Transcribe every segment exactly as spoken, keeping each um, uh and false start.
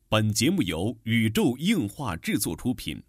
本节目由宇宙硬化制作出品。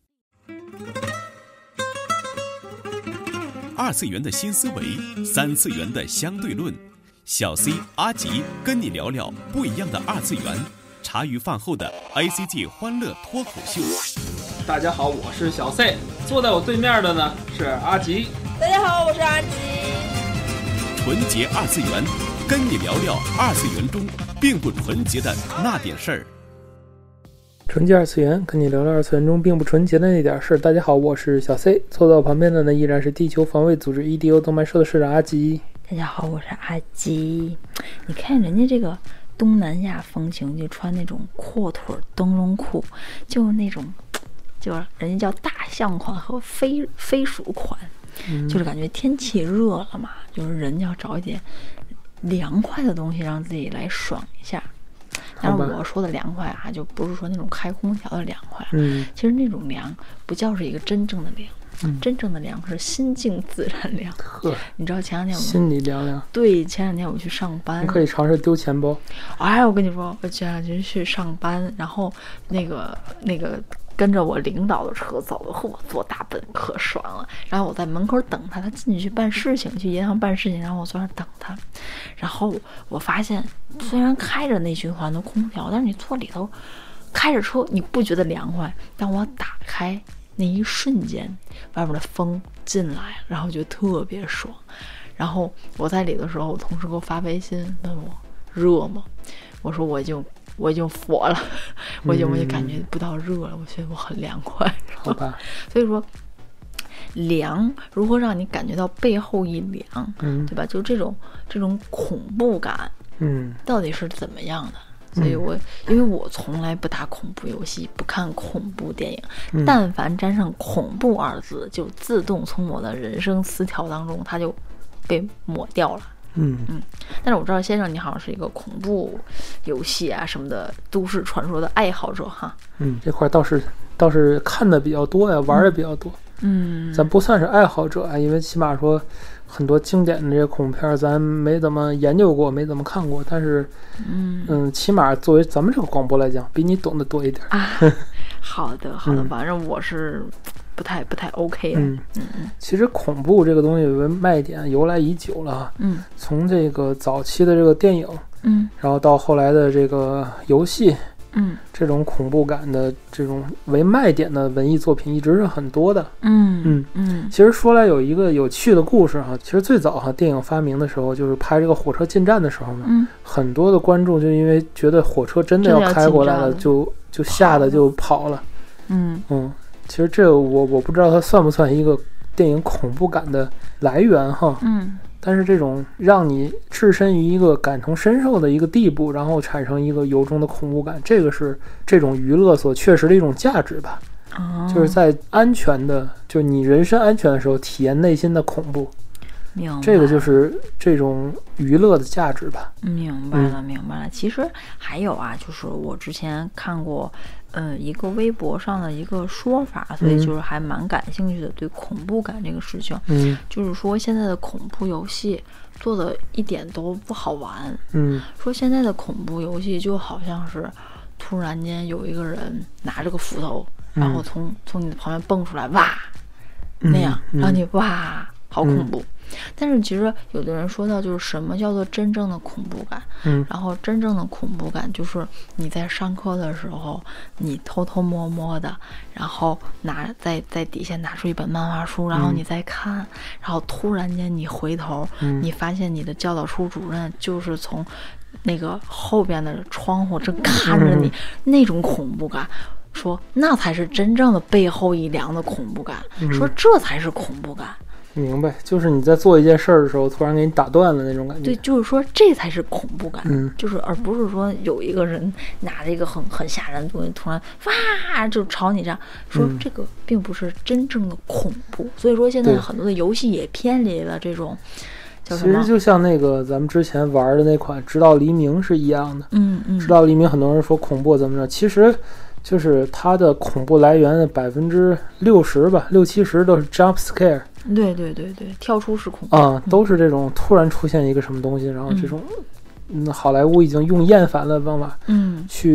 二次元的新思维，三次元的相对论。小 C 阿吉跟你聊聊不一样的二次元。茶余饭后的 A C G 欢乐脱口秀。 大家好，我是小 C， 坐在我对面的呢是阿吉。 大家好，我是阿吉。 纯洁二次元，跟你聊聊二次元中并不纯洁的那点事儿。 纯洁二次元，跟你聊聊二次元中并不纯洁的那点事儿。大家好，我是小 C， 坐在我旁边的呢依然是地球防卫组织 E D O 动漫社的社长阿吉。 大家好，我是阿吉。你看人家这个东南亚风情，就穿那种阔腿灯笼裤，就是那种，就是人家叫大象款和飞飞鼠款，嗯、就是感觉天气热了嘛，就是人要找一点凉快的东西让自己来爽一下。但是我说的凉快啊，就不是说那种开空调的凉快，嗯，其实那种凉不叫是一个真正的凉。嗯、真正的凉是心静自然凉。呵，你知道前两天我心里凉凉。 对，前两天我去上班， 你可以尝试丢钱包。 哎，我跟你说，我前两天去上班，然后那个那个跟着我领导的车走的，嚯，坐大本可爽了。然后我在门口等他，他进去去办事情，去银行办事情，然后我坐那等他。然后我发现，虽然开着内循环的空调，但是你坐里头开着车，你不觉得凉快。但我打开那一瞬间，外面的风进来，然后就特别爽。然后我在里的时候，我同事给我发微信问我热吗？我说我已经我已经佛了，我已经我就感觉不到热了，我觉得我很凉快。 好吧， 所以说凉如何让你感觉到背后一凉，嗯，对吧？就这种这种恐怖感，嗯，到底是怎么样的？所以我因为我从来不打恐怖游戏，不看恐怖电影，嗯、但凡沾上恐怖二字，就自动从我的人生词条当中它就被抹掉了。嗯嗯，但是我知道先生你好像是一个恐怖游戏啊什么的都市传说的爱好者哈。 嗯，这块倒是倒是看的比较多呀，玩的比较多。嗯，咱不算是爱好者啊，因为起码说很多经典的这些恐怖片咱没怎么研究过，没怎么看过，但是嗯嗯，起码作为咱们这个广播来讲，比你懂得多一点啊。好的好的，反正我是不太不太 OK 的。嗯嗯，其实恐怖这个东西为卖点由来已久了。嗯，从这个早期的这个电影，嗯，然后到后来的这个游戏，嗯，这种恐怖感的这种为卖点的文艺作品一直是很多的。嗯嗯嗯，其实说来有一个有趣的故事哈，其实最早哈电影发明的时候，就是拍这个火车进站的时候嘛，嗯，很多的观众就因为觉得火车真的要开过来了，就就吓得就跑了。嗯嗯，其实这我我不知道它算不算一个电影恐怖感的来源哈。嗯。但是这种让你置身于一个感同身受的一个地步，然后产生一个由衷的恐怖感，这个是这种娱乐所确实的一种价值吧。哦，就是在安全的，就是你人身安全的时候体验内心的恐怖。 明白， 这个就是这种娱乐的价值吧。 明白了，嗯、明白了。其实还有啊，就是我之前看过，呃，一个微博上的一个说法，所以就是还蛮感兴趣的。对恐怖感这个事情，嗯，就是说现在的恐怖游戏做的一点都不好玩。嗯，说现在的恐怖游戏就好像是突然间有一个人拿着个斧头，然后从、嗯、从你的旁边蹦出来，哇，那样，然后你哇，好恐怖。嗯但是其实有的人说到，就是什么叫做真正的恐怖感？嗯，然后真正的恐怖感就是你在上课的时候，你偷偷摸摸的，然后拿在在底下拿出一本漫画书，然后你再看，嗯、然后突然间你回头，嗯、你发现你的教导处主任就是从那个后边的窗户正看着你，嗯、那种恐怖感。说那才是真正的背后一凉的恐怖感，嗯、说这才是恐怖感。 明白，就是你在做一件事儿的时候突然给你打断了那种感觉。 对，就是说这才是恐怖感。嗯，就是而不是说有一个人拿着一个很很吓人的东西突然哇就朝你这样说，这个并不是真正的恐怖。嗯、所以说现在很多的游戏也偏离了这种叫什么， 其实就像那个咱们之前玩的那款直到黎明是一样的。嗯嗯，直到黎明很多人说恐怖怎么着，其实就是它的恐怖来源的百分之六十吧，六七十都是 jump scare。 对对对对，跳出式恐怖啊，都是这种突然出现一个什么东西，然后这种，嗯，好莱坞已经用厌烦的方法，嗯，去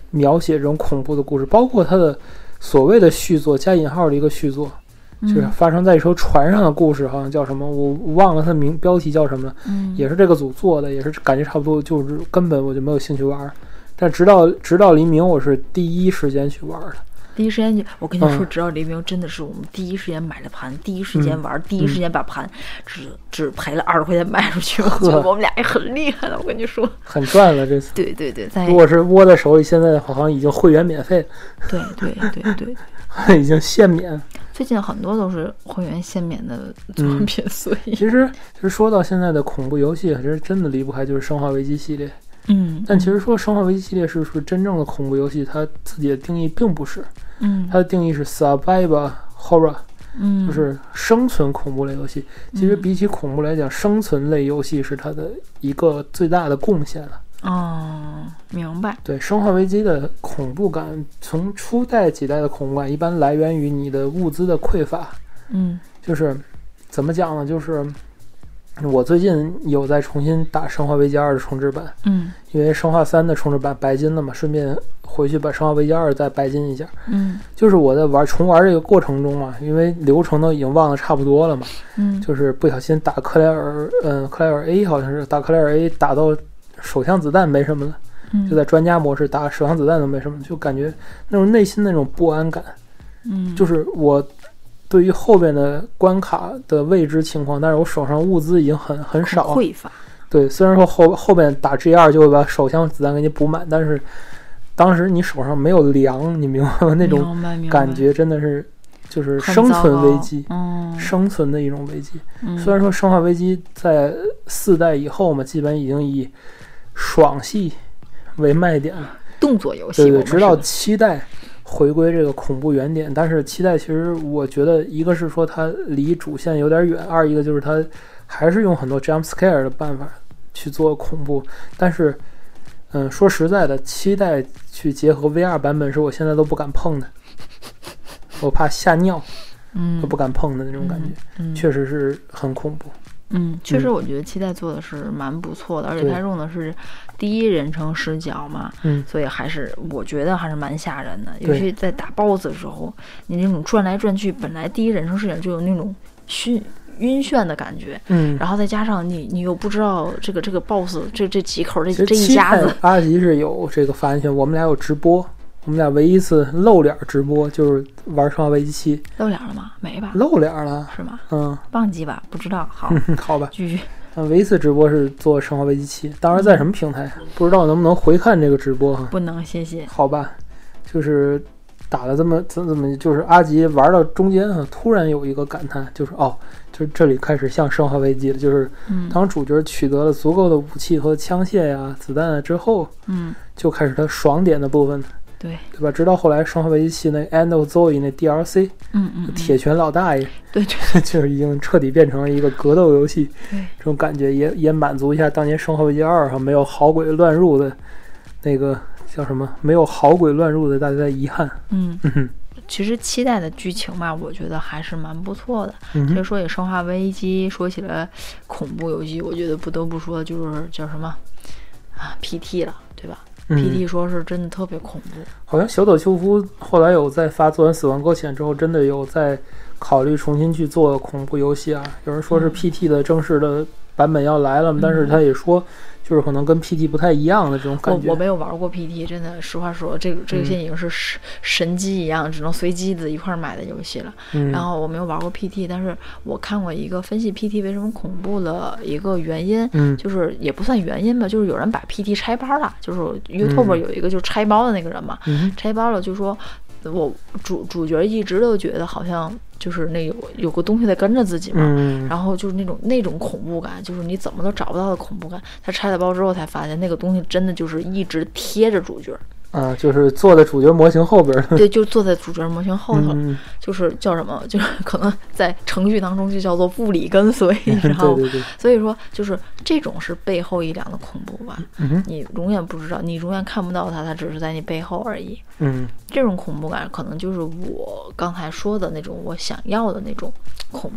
描写这种恐怖的故事，包括它的所谓的续作加引号的一个续作，就是发生在一艘船上的故事，好像叫什么，我忘了它的名标题叫什么了， 嗯， 也是这个组做的，也是感觉差不多，就是根本我就没有兴趣玩，但直到直到黎明，我是第一时间去玩的。 第一时间就，我跟你说，直到黎明真的是我们第一时间买了盘，嗯、第一时间玩，嗯、第一时间把盘只只赔了二十块钱卖出去，我觉得我们俩也很厉害了。我跟你说， 很赚了这次。 对对对，在如果是握在手里，现在好像已经会员免费。 对对对对对， 已经限免。 最近很多都是会员限免的作品，嗯、所以其实其实说到现在的恐怖游戏，其实真的离不开就是《生化危机》系列。 嗯， 但其实说《生化危机》系列是不是真正的恐怖游戏，它自己的定义并不是。 嗯， 它的定义是 survival horror， 嗯， 就是生存恐怖类游戏。其实比起恐怖来讲，嗯、生存类游戏是它的一个最大的贡献了。 哦，明白。 对，《生化危机》的恐怖感，从初代几代的恐怖感，一般来源于你的物资的匮乏。 嗯， 就是怎么讲呢？就是我最近有在重新打《生化危机二》的重置版。 嗯， 因为《生化三》的重置版白金了嘛，顺便回去把《生化危机二》再白金一下。 嗯， 就是我在玩重玩这个过程中嘛，因为流程都已经忘得差不多了嘛。 嗯， 就是不小心打克莱尔，嗯，克莱尔 A 好像是打克莱尔 A 打到手枪子弹没什么了， 嗯、 就在专家模式打手枪子弹都没什么，就感觉那种内心那种不安感。 嗯， 就是我对于后边的关卡的未知情况，但是我手上物资已经很很少， 很匮乏。 对，虽然说后后边打 G 二就会把手枪子弹给你补满，但是当时你手上没有粮，你明白吗？那种感觉真的是就是生存危机， 嗯、 生存的一种危机。 嗯、 虽然说生化危机在四代以后嘛，基本已经以爽系为卖点了， 动作游戏， 对对，直到七代回归这个恐怖原点。但是七代其实我觉得，一个是说它离主线有点远，二一个就是它还是用很多 jump scare 的办法去做恐怖。但是嗯，说实在的，七代去结合 V R 版本是我现在都不敢碰的，我怕吓尿， 嗯， 都不敢碰的那种感觉， 嗯嗯、 确实是很恐怖。 嗯，确实，我觉得七代做的是蛮不错的，嗯、而且它用的是第一人称视角嘛， 嗯， 所以还是我觉得还是蛮吓人的。尤其在打 boss 的时候，你那种转来转去，本来第一人称视角就有那种晕晕眩的感觉， 嗯， 然后再加上你你又不知道这个这个 boss 这这几口这这一家子。 阿吉是有这个发言权，我们俩有直播。我们俩唯一一次露脸直播就是玩生化危机七。 露脸了吗？没吧？ 露脸了是吗？ 嗯， 忘记吧，不知道。好， 好吧， 继续。 嗯，唯一一次直播是做生化危机七，当时在什么平台？嗯、不知道能不能回看这个直播哈？ 不能，谢谢。 好吧，就是打了这么怎怎么，就是阿吉玩到中间啊，突然有一个感叹，就是哦，就是这里开始像生化危机了，就是当主角取得了足够的武器和枪械呀、子弹啊之后， 嗯， 就开始他爽点的部分。 对对吧？直到后来《生化危机七》那 End of Zoe 那 D L C， 嗯嗯， 铁拳老大爷， 对， 就是已经彻底变成了一个格斗游戏， 对， 这种感觉也也满足一下当年《生化危机二》上没有好鬼乱入的那个叫什么？没有好鬼乱入的大家的遗憾。 嗯嗯，其实七代的剧情嘛，我觉得还是蛮不错的。 嗯， 其实说起《生化危机》，说起了恐怖游戏，我觉得不得不说就是叫什么啊 P T 了，对吧？P T 说是真的特别恐怖， 嗯、好像小岛秀夫后来有在发《做完死亡搁浅》之后，真的有在考虑重新去做恐怖游戏啊。有人说是 P T 的正式的版本要来了，嗯、但是他也说就是可能跟 P T 不太一样的这种感觉。 我我没有玩过 P T， 真的实话说，这个这个现在已经是神、嗯、神机一样，只能随机子一块买的游戏了。 嗯、 然后我没有玩过 P T， 但是我看过一个分析 P T 为什么恐怖的一个原因， 嗯、 就是也不算原因吧，就是有人把 P T 拆包了，就是 YouTube 有一个就拆包的那个人嘛， 嗯、 拆包了就说。我主主角一直都觉得好像就是那有有个东西在跟着自己嘛， 嗯、 然后就是那种那种恐怖感，就是你怎么都找不到的恐怖感。他拆了包之后才发现那个东西真的就是一直贴着主角。 啊，就是坐在主角模型后边。 对，就坐在主角模型后头， 嗯、 就是叫什么，就是可能在程序当中就叫做物理跟随，你知道吗？ 对对对。 所以说，就是这种是背后一两的恐怖吧， 嗯、 你永远不知道，你永远看不到它，它只是在你背后而已。 嗯， 这种恐怖感可能就是我刚才说的那种我想要的那种恐怖感。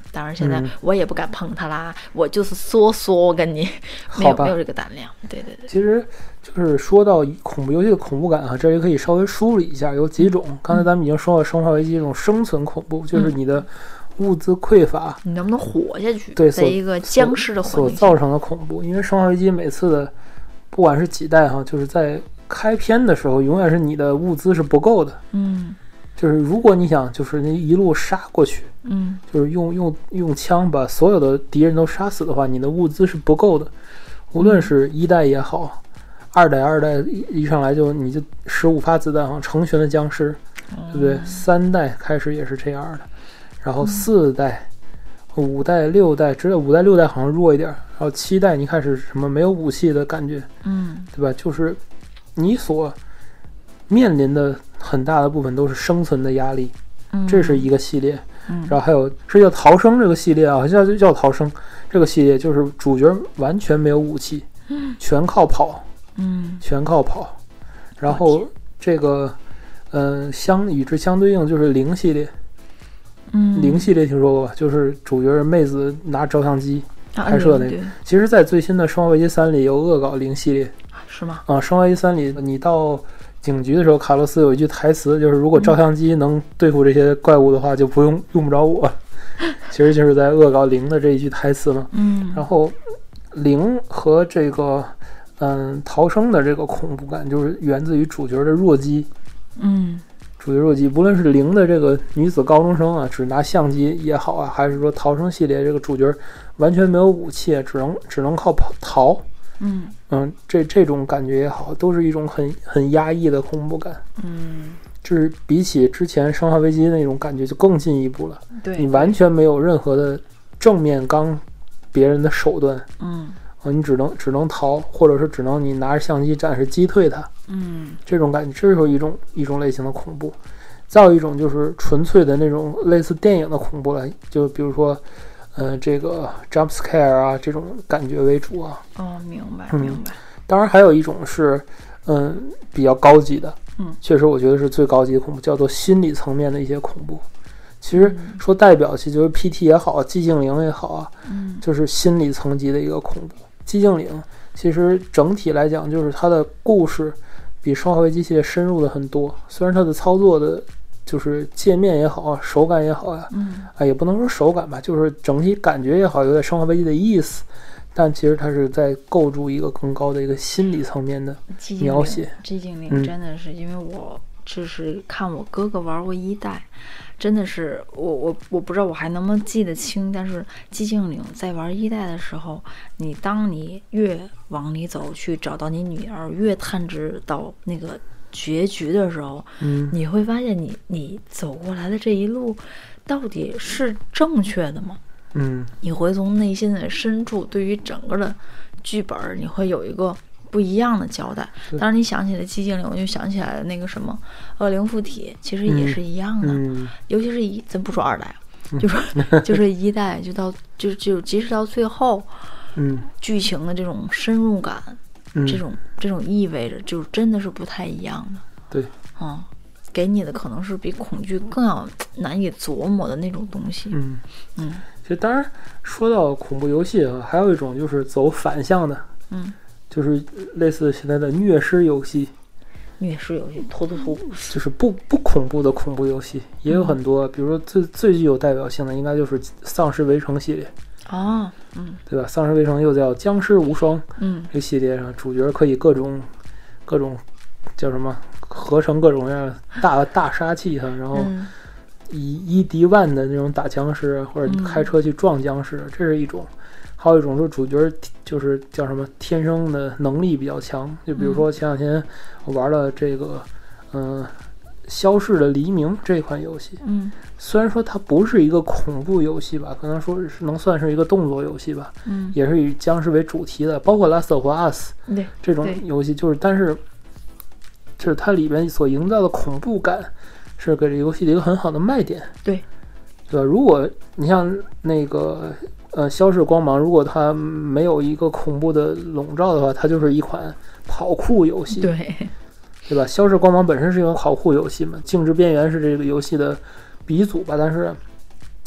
当然现在我也不敢碰它啦，嗯、我就是说说，我跟你没有没有这个胆量。对对对， 其实就是说到恐怖游戏的恐怖感啊，这也可以稍微梳理一下，有几种。刚才咱们已经说到生化危机这种生存恐怖，嗯、就是你的物资匮乏， 你能不能活下去？ 对， 在一个僵尸的环境所造成的恐怖。因为生化危机每次的不管是几代哈，就是在开篇的时候，永远是你的物资是不够的。 嗯。 就是如果你想就是那一路杀过去， 嗯， 就是用用用枪把所有的敌人都杀死的话，你的物资是不够的。无论是一代也好，二代二代一上来就你就十五发子弹啊，成群的僵尸，对不对？嗯、三代开始也是这样的，然后四代、嗯、五代、六代，直到五代六代好像弱一点，然后七代你开始什么没有武器的感觉， 嗯， 对吧？就是你所面临的很大的部分都是生存的压力， 嗯、 这是一个系列。 嗯、 然后还有是叫逃生这个系列啊，叫叫逃生这个系列，就是主角完全没有武器， 嗯、 全靠跑， 嗯， 全靠跑。然后这个，呃，相与之相对应就是零系列， 嗯， 零系列听说过吧？就是主角妹子拿照相机拍摄那个。 啊、 其实，在最新的《生化危机三》里有恶搞零系列， 是吗？ 啊，《生化危机三》里你到警局的时候，卡洛斯有一句台词，就是如果照相机能对付这些怪物的话，嗯、就不用用不着我。其实就是在恶搞零的这一句台词嘛。 嗯。 然后零和这个嗯逃生的这个恐怖感，就是源自于主角的弱鸡。 嗯。 主角弱鸡，不论是零的这个女子高中生啊，只拿相机也好啊，还是说逃生系列这个主角完全没有武器，只能只能靠跑逃。 嗯嗯，这这种感觉也好，都是一种很很压抑的恐怖感。 嗯， 就是比起之前《生化危机》那种感觉就更进一步了。 对， 你完全没有任何的正面刚别人的手段。 嗯， 啊，你只能只能逃，或者是只能你拿着相机暂时击退它。 嗯， 这种感觉，这是一种一种类型的恐怖。再有一种就是纯粹的那种类似电影的恐怖了，就比如说。呃，这个 jump scare 啊，这种感觉为主啊。 哦，明白， 嗯、 明白。 当然还有一种是，嗯，比较高级的， 嗯， 确实我觉得是最高级的恐怖，叫做心理层面的一些恐怖。其实说代表其就是 P T 也好，寂静岭也好啊， 嗯， 就是心理层级的一个恐怖。寂静岭其实整体来讲，就是它的故事比生化危机系列深入的很多，虽然它的操作的。就是界面也好啊，手感也好呀、啊， 嗯， 啊，也不能说手感吧，就是整体感觉也好，有点生化危机的意思，但其实它是在构筑一个更高的一个心理层面的描写。 寂静岭真的是，因为我就是看我哥哥玩过一代，真的是我我我不知道我还能不能记得清，但是寂静岭在玩一代的时候，你当你越往里走去找到你女儿，越探知到那个。结局的时候， 嗯， 你会发现你你走过来的这一路到底是正确的吗？ 嗯， 你会从内心的深处对于整个的剧本你会有一个不一样的交代。当然你想起来寂静岭，我就想起来了那个什么恶灵附体，其实也是一样的。 嗯， 尤其是一咱不说二代，就说就是一代就到就就即使到最后， 嗯， 剧情的这种深入感。 嗯、 这种这种意味着就真的是不太一样的， 对， 嗯，给你的可能是比恐惧更要难以琢磨的那种东西， 嗯嗯。 其实当然说到恐怖游戏啊，还有一种就是走反向的， 嗯， 就是类似现在的虐尸游戏， 虐尸游戏，突突突， 就是不不恐怖的恐怖游戏也有很多， 嗯、 比如说最最具有代表性的应该就是《丧尸围城》系列。 啊，嗯， 对吧？丧尸围城又叫僵尸无双， 嗯， 这系列上主角可以各种各种叫什么合成各种各样大大杀器哈，然后以一敌万的那种打僵尸，或者开车去撞僵尸，嗯、这是一种。还有一种是主角就是叫什么天生的能力比较强，就比如说前两天我玩了这个，嗯、呃。消逝的黎明这款游戏， 嗯， 虽然说它不是一个恐怖游戏吧，可能说是能算是一个动作游戏吧， 嗯， 也是以僵尸为主题的，包括 Last of Us 对这种游戏，就是但是就是它里边所营造的恐怖感是给这游戏的一个很好的卖点， 对， 对吧？如果你像那个呃消逝光芒，如果它没有一个恐怖的笼罩的话，它就是一款跑酷游戏， 对。 对吧？消逝光芒本身是一个跑酷游戏嘛，静止边缘是这个游戏的鼻祖吧，但是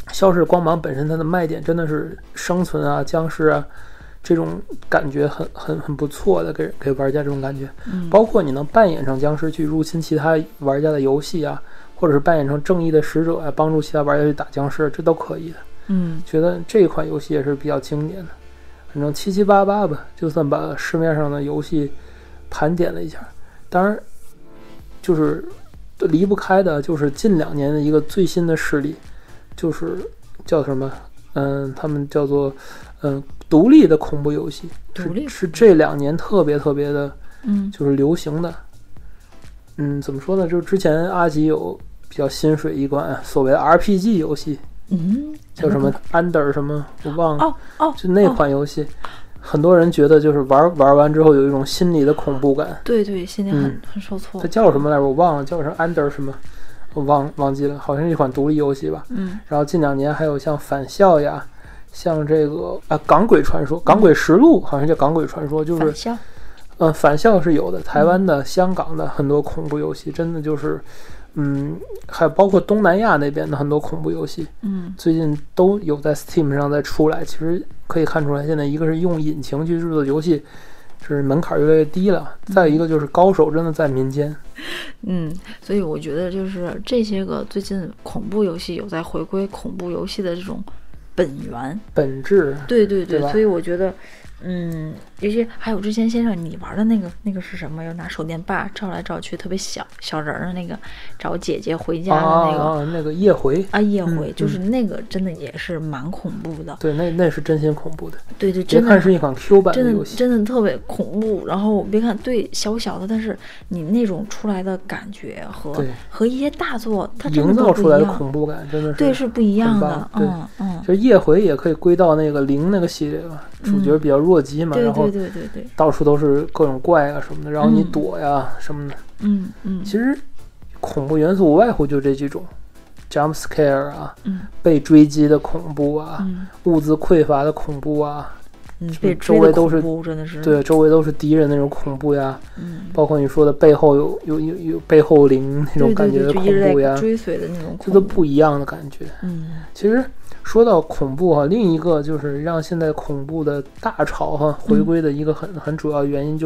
消逝光芒本身它的卖点真的是生存啊、僵尸啊这种感觉很很很不错的，给给玩家这种感觉。 嗯， 包括你能扮演成僵尸去入侵其他玩家的游戏啊，或者是扮演成正义的使者啊，帮助其他玩家去打僵尸，这都可以的。 嗯， 觉得这一款游戏也是比较经典的。反正七七八八吧，就算把市面上的游戏盘点了一下，当然就是离不开的就是近两年的一个最新的势力，就是叫什么？嗯，他们叫做嗯独立的恐怖游戏， 独立是是这两年特别特别的， 嗯， 就是流行的。嗯，怎么说呢？就是之前阿吉有比较心水一款所谓的 R P G 游戏， 嗯， 叫什么 Under 什么我忘了， 哦哦， 就那款游戏。哦，很多人觉得就是玩玩完之后有一种心理的恐怖感， 对对，心里很、 嗯、 很受挫。 它叫什么来着？我忘了，叫什么 Under 什么，我忘忘记了，好像是一款独立游戏吧。 嗯。 然后近两年还有像返校呀，像这个啊港鬼传说、港鬼实录，好像叫港鬼传说，就是返校。 呃，返校是有的，台湾的、嗯、香港的很多恐怖游戏，真的就是。嗯，还包括东南亚那边的很多恐怖游戏， 嗯， 最近都有在 Steam 上在出来。其实可以看出来，现在一个是用引擎去制作游戏，是门槛越来越低了；再一个就是高手真的在民间。 嗯，所以我觉得就是这些个最近恐怖游戏有在回归恐怖游戏的这种本源、 本质。 对对对， 对所以我觉得。嗯，尤其还有之前先生你玩的那个那个是什么？要拿手电把照来照去，特别小小人儿那个，找姐姐回家的那个， 啊，那个夜回啊，夜回、 嗯、 就是那个真的也是蛮恐怖的。 对，那那是真心恐怖的。 对对，真的。 别看是一款 Q 版的游戏， 真的真的特别恐怖。然后别看对小小的，但是你那种出来的感觉和和一些大作，它真的营造出来的恐怖感真的是对是不一样的。 嗯嗯， 就是夜回也可以归到那个零那个系列吧，主角比较弱鸡嘛， 嗯、 然后。 对对对对， 到处都是各种怪啊什么的，然后你躲呀、嗯、什么的。 嗯嗯， 其实恐怖元素无外乎就这几种 ，jump scare 啊， 嗯， 被追击的恐怖啊， 嗯、 物资匮乏的恐怖啊， 嗯，被周围都是真的是对，周围都是敌人那种恐怖呀。 嗯， 包括你说的背后有有有有背后灵那种感觉的恐怖呀， 追随的那种恐怖， 这都不一样的感觉。 嗯， 其实。说到恐怖哈、啊，另一个就是让现在恐怖的大潮哈、啊、回归的一个很、嗯、很主要原因就是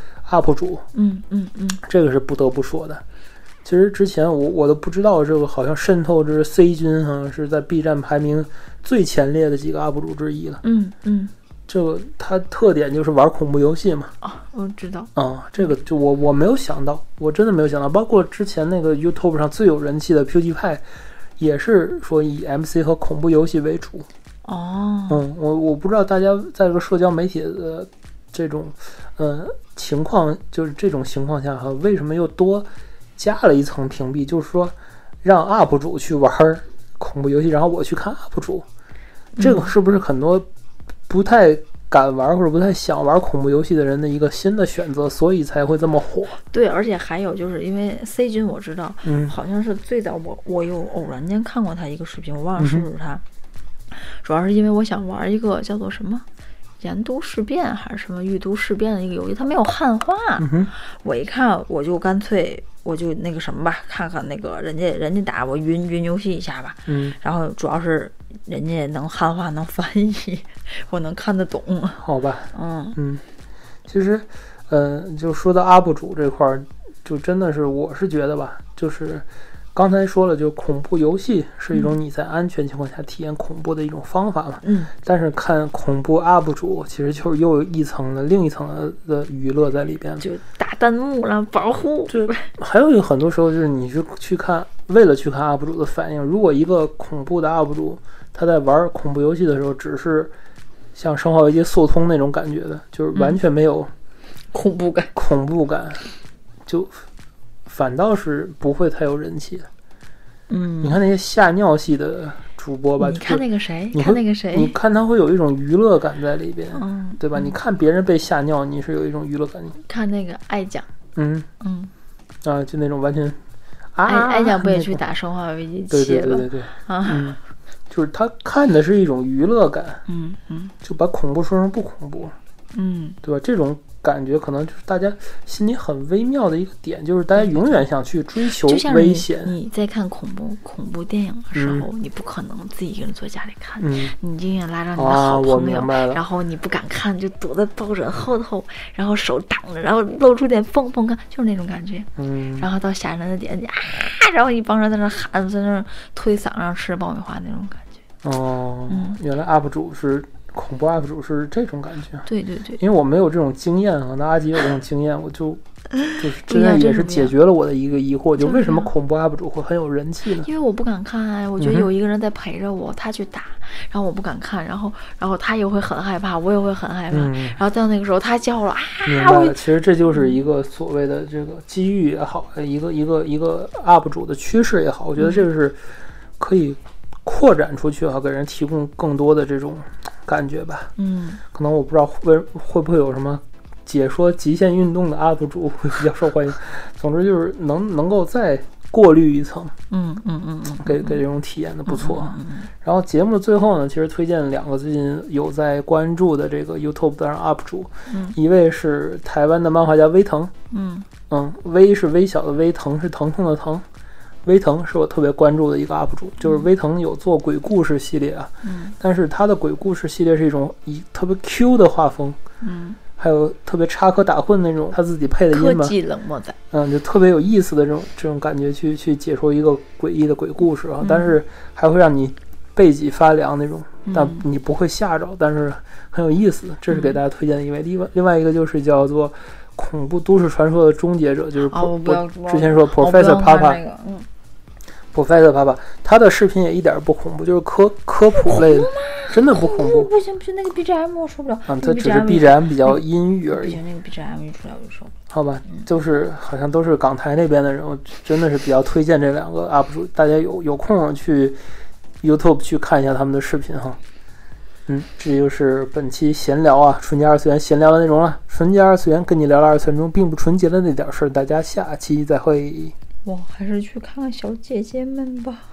U P 主， 嗯嗯嗯， 这个是不得不说的。其实之前我我都不知道这个好像渗透这 C 君哈、啊、是在 B 站排名最前列的几个 U P 主之一了。 嗯嗯， 这个它特点就是玩恐怖游戏嘛。 啊，我知道。 啊、嗯，这个就我我没有想到，我真的没有想到，包括之前那个 YouTube 上最有人气的 PewDiePie。也是说以 M C 和恐怖游戏为主哦， 嗯，我我不知道大家在这个社交媒体的这种呃情况，就是这种情况下哈，为什么又多加了一层屏蔽？就是说让 U P 主去玩恐怖游戏，然后我去看 U P 主，这个是不是很多不太敢玩或者不太想玩恐怖游戏的人的一个新的选择，所以才会这么火？ 对，而且还有就是因为 C 君我知道， 嗯， 好像是最早我我有偶然间看过他一个视频，我忘了是不是他，嗯、主要是因为我想玩一个叫做什么研读事变还是什么阅读事变的一个游戏，它没有汉化， 嗯、 我一看我就干脆我就那个什么吧，看看那个人家人家打我云云游戏一下吧， 嗯， 然后主要是人家能汉化能翻译，我能看得懂， 好吧， 嗯嗯，其实，呃，就说到 U P 主这块儿，就真的是我是觉得吧，就是刚才说了，就恐怖游戏是一种你在安全情况下体验恐怖的一种方法嘛， 嗯， 但是看恐怖 U P 主其实就是又有一层的另一层的娱乐在里边了， 就打弹幕了，保护， 对，还有一个很多时候就是你去去看，为了去看 U P 主的反应，如果一个恐怖的 U P 主他在玩恐怖游戏的时候，只是像《生化危机》速通那种感觉的，就是完全没有恐怖感， 恐怖感，就反倒是不会太有人气的。 嗯， 你看那些吓尿系的主播吧， 你看那个谁， 你看那个谁， 你看他会有一种娱乐感在里边， 嗯， 对吧？ 嗯、 你看别人被吓尿，你是有一种娱乐感。 看那个爱讲， 嗯嗯， 啊，就那种完全啊， 爱爱讲不也去打《生化危机七》了？ 对对对对对， 啊。 嗯，就是他看的是一种娱乐感， 嗯嗯， 就把恐怖说成不恐怖。 嗯， 对吧？这种感觉可能就是大家心里很微妙的一个点，就是大家永远想去追求危险。 你, 你在看恐怖恐怖电影的时候、嗯、你不可能自己一个人坐家里看、 嗯、 你永远拉着你的好朋友、 啊、 然后你不敢看就躲在抱枕后头，然后手挡着，然后露出点缝缝看，就是那种感觉。 嗯， 然后到吓人的点啊，然后一帮人在那喊，在那推搡上吃爆米花那种感觉。 哦， 嗯， 原来 U P 主是恐怖 U P 主是这种感觉。 对对对， 因为我没有这种经验啊，那阿吉有这种经验，我就就是真的也是解决了我的一个疑惑，就为什么恐怖 U P 主会很有人气呢？ 因为我不敢看啊，我觉得有一个人在陪着我，嗯、他去打，然后我不敢看，然后然后他也会很害怕，我也会很害怕， 嗯、 然后到那个时候他叫了啊， 明白了，其实这就是一个所谓的这个机遇也好，一个一个一个 U P 主的趋势也好，我觉得这个是可以扩展出去啊，给人提供更多的这种感觉吧。 嗯， 可能我不知道会会不会有什么解说极限运动的 U P 主会比较受欢迎。总之就是能能够再过滤一层， 嗯嗯嗯嗯， 给给这种体验的不错。 嗯嗯嗯、 然后节目的最后呢，其实推荐两个最近有在关注的这个 YouTube 的 U P 主， 嗯， 一位是台湾的漫画家微疼， 嗯嗯，微是微小的微，疼是疼痛的疼。微疼是我特别关注的一个 U P 主，就是微疼有做鬼故事系列啊， 嗯， 但是他的鬼故事系列是一种以特别 Q 的画风， 嗯， 还有特别插科打诨那种他自己配的音吧， 科技冷漠仔， 嗯，就特别有意思的这种这种感觉去去解说一个诡异的鬼故事啊， 嗯、 但是还会让你背脊发凉那种， 嗯、 但你不会吓着，但是很有意思，这是给大家推荐的一位。另外另外一个就是叫做恐怖都市传说的终结者，就是、 哦、 我之前说 Professor Papa。 那个嗯 Professor Papa， 他的视频也一点不恐怖，就是科科普类的，真的不恐怖。 不行不行，那个 B G M 我受不了。 啊，他只是 B G M 比较阴郁而已。 不行，那个 B G M 一出来我就受不了。 好吧，就是好像都是港台那边的人，我真的是比较推荐这两个 U P 主，大家有有空去 YouTube 去看一下他们的视频哈。嗯，这就是本期闲聊啊，纯洁二次元闲聊的内容了。纯洁二次元跟你聊聊二次元中并不纯洁的那点事儿，大家下期再会。 我还是去看看小姐姐们吧。